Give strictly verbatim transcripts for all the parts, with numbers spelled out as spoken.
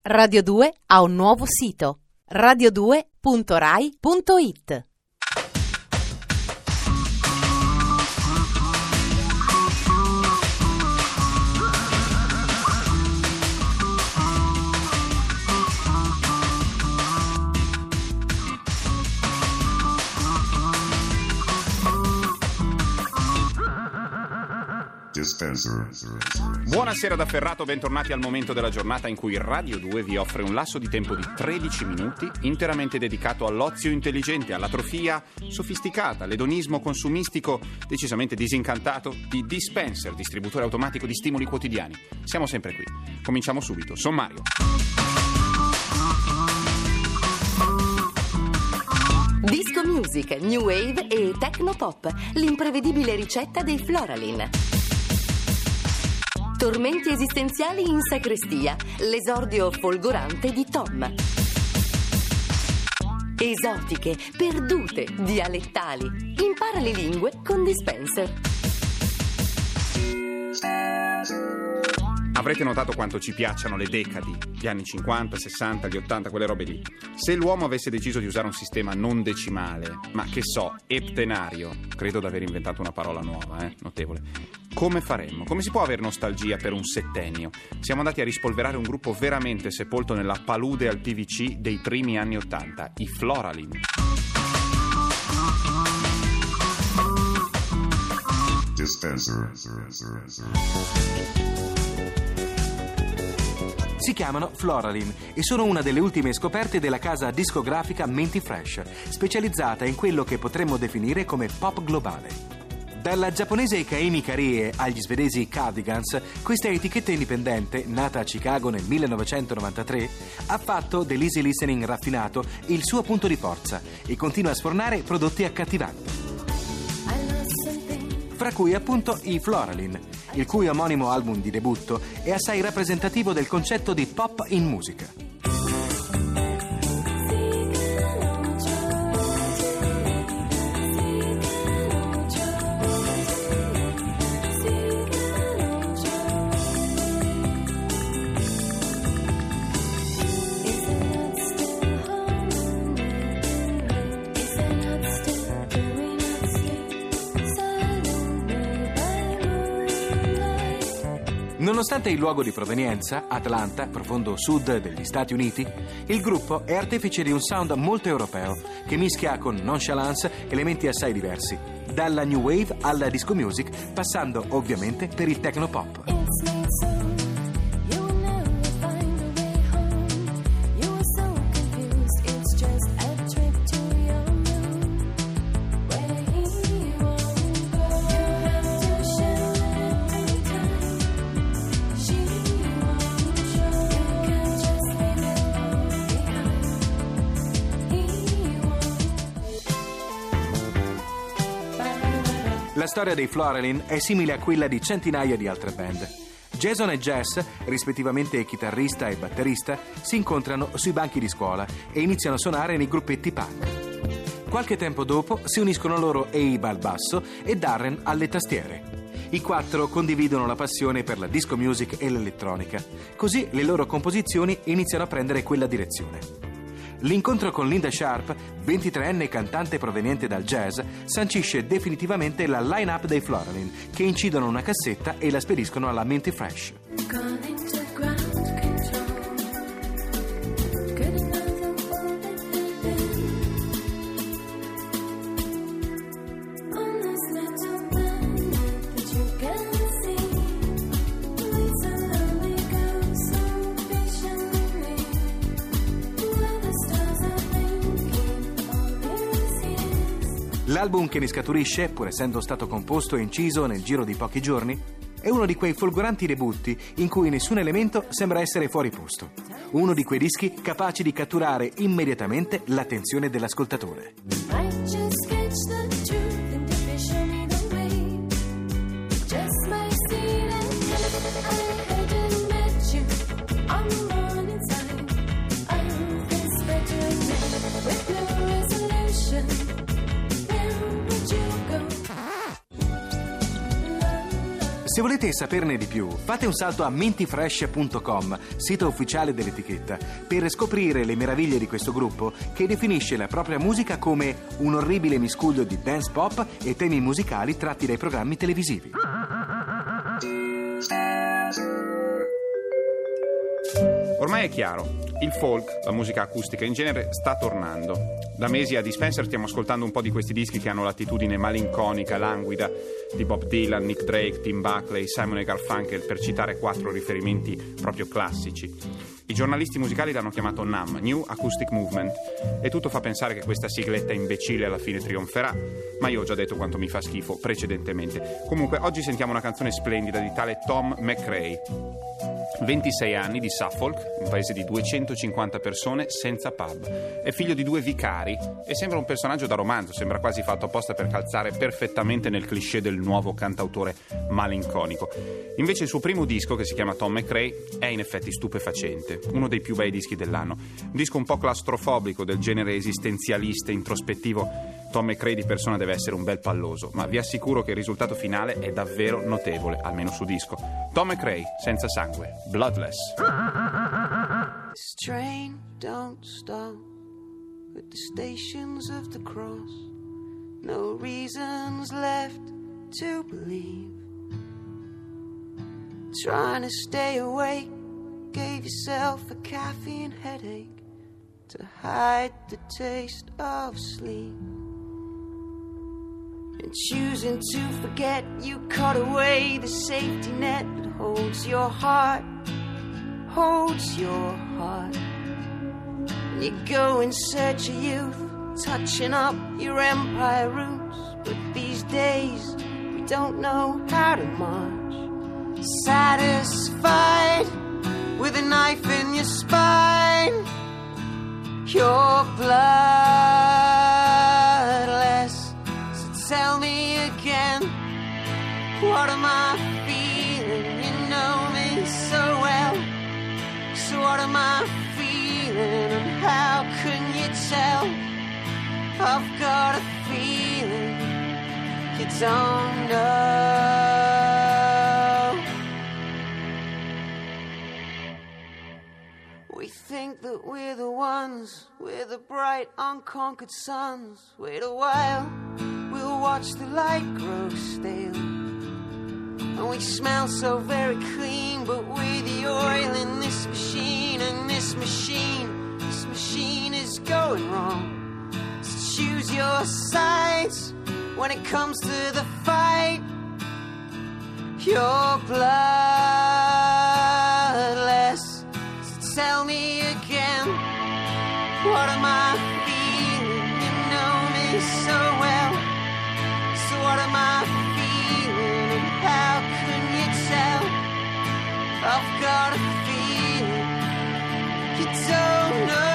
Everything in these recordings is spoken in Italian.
Radio due ha un nuovo sito: radio due punto rai punto it. Buonasera da Ferrato, bentornati al momento della giornata in cui Radio due vi offre un lasso di tempo di tredici minuti interamente dedicato all'ozio intelligente, all'atrofia sofisticata, all'edonismo consumistico decisamente disincantato di Dispenser, distributore automatico di stimoli quotidiani. Siamo sempre qui. Cominciamo subito. Sommario. Disco music, new wave e techno pop, l'imprevedibile ricetta dei Floralin. Tormenti esistenziali in sacrestia, l'esordio folgorante di Tom. Esotiche, perdute, dialettali. Impara le lingue con Dispenser. Avrete notato quanto ci piacciono le decadi, gli anni cinquanta, sessanta, gli ottanta, quelle robe lì. Se l'uomo avesse deciso di usare un sistema non decimale, ma che so, eptenario, credo di aver inventato una parola nuova, eh, notevole. Come faremmo? Come si può avere nostalgia per un settennio? Siamo andati a rispolverare un gruppo veramente sepolto nella palude al T V C dei primi anni ottanta, i Floralin. Dispenser. Si chiamano Floralin e sono una delle ultime scoperte della casa discografica Minty Fresh, specializzata in quello che potremmo definire come pop globale. Dalla giapponese Kaimi Karie agli svedesi Cardigans, questa etichetta indipendente, nata a Chicago nel millenovecentonovantatré, ha fatto dell'easy listening raffinato il suo punto di forza e continua a sfornare prodotti accattivanti. Fra cui appunto i Floralin, il cui omonimo album di debutto è assai rappresentativo del concetto di pop in musica. Nonostante il luogo di provenienza, Atlanta, profondo sud degli Stati Uniti, il gruppo è artefice di un sound molto europeo che mischia con nonchalance elementi assai diversi, dalla new wave alla disco music, passando ovviamente per il techno pop. La storia dei Floralin è simile a quella di centinaia di altre band. Jason e Jess, rispettivamente chitarrista e batterista, si incontrano sui banchi di scuola e iniziano a suonare nei gruppetti punk. Qualche tempo dopo si uniscono loro Abe al basso e Darren alle tastiere. I quattro condividono la passione per la disco music e l'elettronica, così le loro composizioni iniziano a prendere quella direzione. L'incontro con Linda Sharp, ventitreenne cantante proveniente dal jazz, sancisce definitivamente la line-up dei Floralin, che incidono una cassetta e la spediscono alla Minty Fresh. L'album che ne scaturisce, pur essendo stato composto e inciso nel giro di pochi giorni, è uno di quei folgoranti debutti in cui nessun elemento sembra essere fuori posto. Uno di quei dischi capaci di catturare immediatamente l'attenzione dell'ascoltatore. Se volete saperne di più, fate un salto a mintyfresh punto com, sito ufficiale dell'etichetta, per scoprire le meraviglie di questo gruppo che definisce la propria musica come un orribile miscuglio di dance pop e temi musicali tratti dai programmi televisivi. Ormai è chiaro, il folk, la musica acustica in genere, sta tornando. Da mesi a Dispenser stiamo ascoltando un po' di questi dischi che hanno l'attitudine malinconica, languida di Bob Dylan, Nick Drake, Tim Buckley, Simon e Garfunkel, per citare quattro riferimenti proprio classici. I giornalisti musicali l'hanno chiamato N A M, New Acoustic Movement, e tutto fa pensare che questa sigletta imbecille alla fine trionferà, ma io ho già detto quanto mi fa schifo precedentemente. Comunque, oggi sentiamo una canzone splendida di tale Tom McRae. ventisei anni, di Suffolk, un paese di duecentocinquanta persone senza pub. È figlio di due vicari e sembra un personaggio da romanzo, sembra quasi fatto apposta per calzare perfettamente nel cliché del nuovo cantautore malinconico. Invece il suo primo disco, che si chiama Tom McRae, è in effetti stupefacente, uno dei più bei dischi dell'anno. Un disco un po' claustrofobico, del genere esistenzialista, introspettivo. Tom McRae di persona deve essere un bel palloso, ma vi assicuro che il risultato finale è davvero notevole, almeno su disco. Tom McRae, senza sangue, Bloodless. This train don't stop at the stations of the cross. No reasons left to believe. Trying to stay awake, gave yourself a caffeine headache to hide the taste of sleep. And choosing to forget, you cut away the safety net that holds your heart, holds your heart. And you go in search of youth, touching up your empire roots. But these days, we don't know how to march. Satisfied with a knife in your spine, your bloodless. Tell me again, what am I feeling? You know me so well. So what am I feeling, and how can you tell? I've got a feeling you don't know. We think that we're the ones, we're the bright unconquered suns. Wait a while, we'll watch the light grow stale. And we smell so very clean, but we're the oil in this machine. And this machine, this machine is going wrong. So choose your sides when it comes to the fight. You're bloodless. So tell me again, what am I feeling? You know me so well. So what am I feeling, and how can you tell? I've got a feeling you don't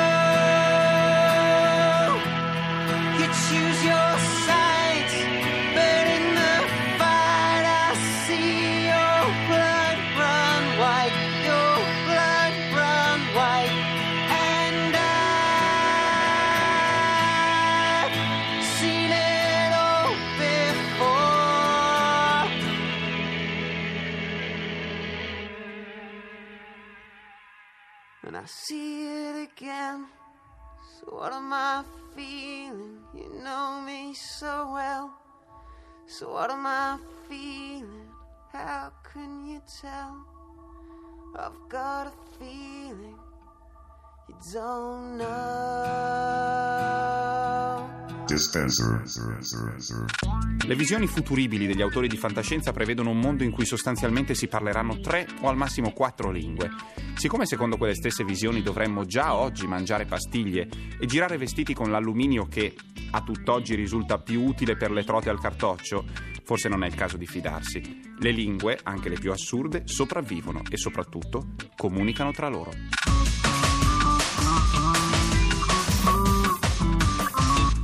know. You choose your sides, but in the fight I see your blood run white, your blood run white. And I've seen it all before. And I see it again. So what am I feeling? You know me so well. So what am I feeling? How can you tell? I've got a feeling you don't know. Dispenser. Le visioni futuribili degli autori di fantascienza prevedono un mondo in cui sostanzialmente si parleranno tre o al massimo quattro lingue. Siccome secondo quelle stesse visioni dovremmo già oggi mangiare pastiglie e girare vestiti con l'alluminio che a tutt'oggi risulta più utile per le trote al cartoccio, forse non è il caso di fidarsi. Le lingue, anche le più assurde, sopravvivono e soprattutto comunicano tra loro.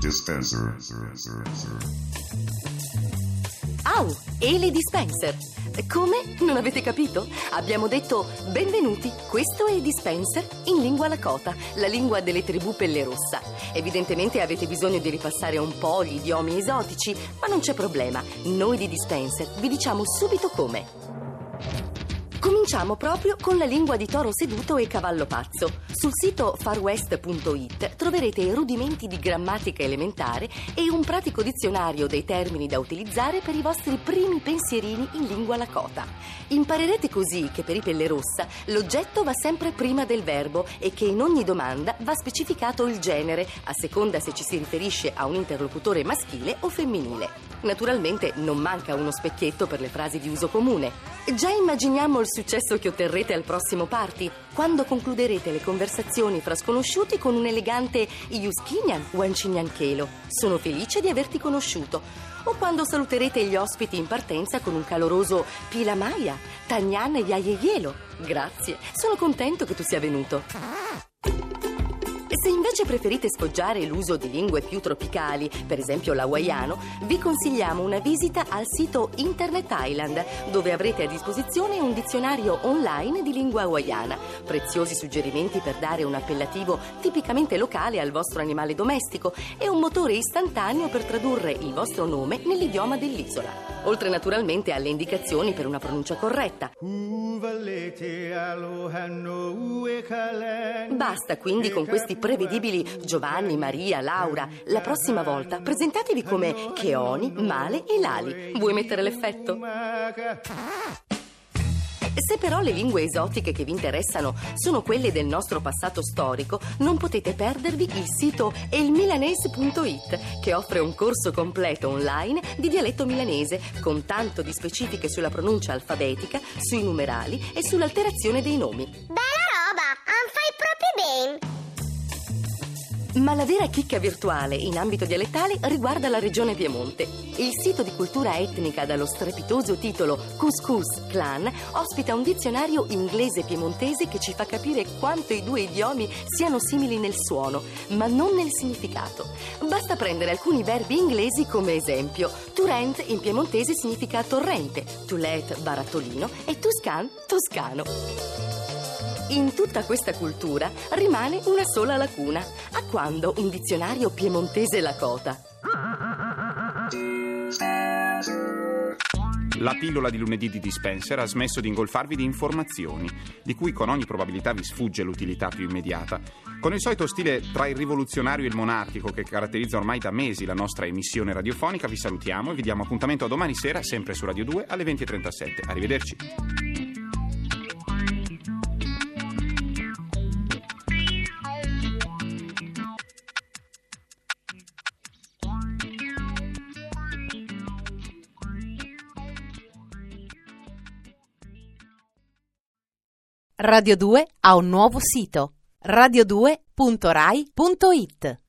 Dispenser. Au, Eli Dispenser. Come? Non avete capito? Abbiamo detto benvenuti, questo è Dispenser in lingua lakota, la lingua delle tribù Pellerossa. Evidentemente avete bisogno di ripassare un po' gli idiomi esotici, ma non c'è problema. Noi di Dispenser vi diciamo subito come. Cominciamo proprio con la lingua di toro seduto e cavallo pazzo. Sul sito farwest punto it troverete rudimenti di grammatica elementare e un pratico dizionario dei termini da utilizzare per i vostri primi pensierini in lingua lakota. Imparerete così che per i Pellerossa l'oggetto va sempre prima del verbo e che in ogni domanda va specificato il genere, a seconda se ci si riferisce a un interlocutore maschile o femminile. Naturalmente non manca uno specchietto per le frasi di uso comune. Già immaginiamo il successo che otterrete al prossimo party, quando concluderete le conversazioni fra sconosciuti con un elegante Iuskinian Wancinianchelo. Sono felice di averti conosciuto. O quando saluterete gli ospiti in partenza con un caloroso Pila Maya, Tagnan e Yayeyelo. Grazie, sono contento che tu sia venuto. Se invece preferite sfoggiare l'uso di lingue più tropicali, per esempio l'hawaiano, vi consigliamo una visita al sito Internet Island, dove avrete a disposizione un dizionario online di lingua hawaiana, preziosi suggerimenti per dare un appellativo tipicamente locale al vostro animale domestico e un motore istantaneo per tradurre il vostro nome nell'idioma dell'isola. Oltre naturalmente alle indicazioni per una pronuncia corretta. Basta quindi con questi prevedibili Giovanni, Maria, Laura. La prossima volta presentatevi come Cheoni, Male e Lali. Vuoi mettere l'effetto? Se però le lingue esotiche che vi interessano sono quelle del nostro passato storico, non potete perdervi il sito elmilanese punto it, che offre un corso completo online di dialetto milanese, con tanto di specifiche sulla pronuncia alfabetica, sui numerali e sull'alterazione dei nomi. Bella roba, an fai proprio bene. Ma la vera chicca virtuale in ambito dialettale riguarda la regione Piemonte. Il sito di cultura etnica dallo strepitoso titolo Couscous Clan ospita un dizionario inglese-piemontese che ci fa capire quanto i due idiomi siano simili nel suono, ma non nel significato. Basta prendere alcuni verbi inglesi come esempio. Turrent in piemontese significa torrente, tulet barattolino e tuscan toscano. In tutta questa cultura rimane una sola lacuna. A quando un dizionario piemontese lakota? La pillola di lunedì di Dispenser ha smesso di ingolfarvi di informazioni, di cui con ogni probabilità vi sfugge l'utilità più immediata. Con il solito stile tra il rivoluzionario e il monarchico che caratterizza ormai da mesi la nostra emissione radiofonica, vi salutiamo e vi diamo appuntamento a domani sera, sempre su Radio due, alle venti e trentasette. Arrivederci. Radio due ha un nuovo sito, radio due punto rai punto it.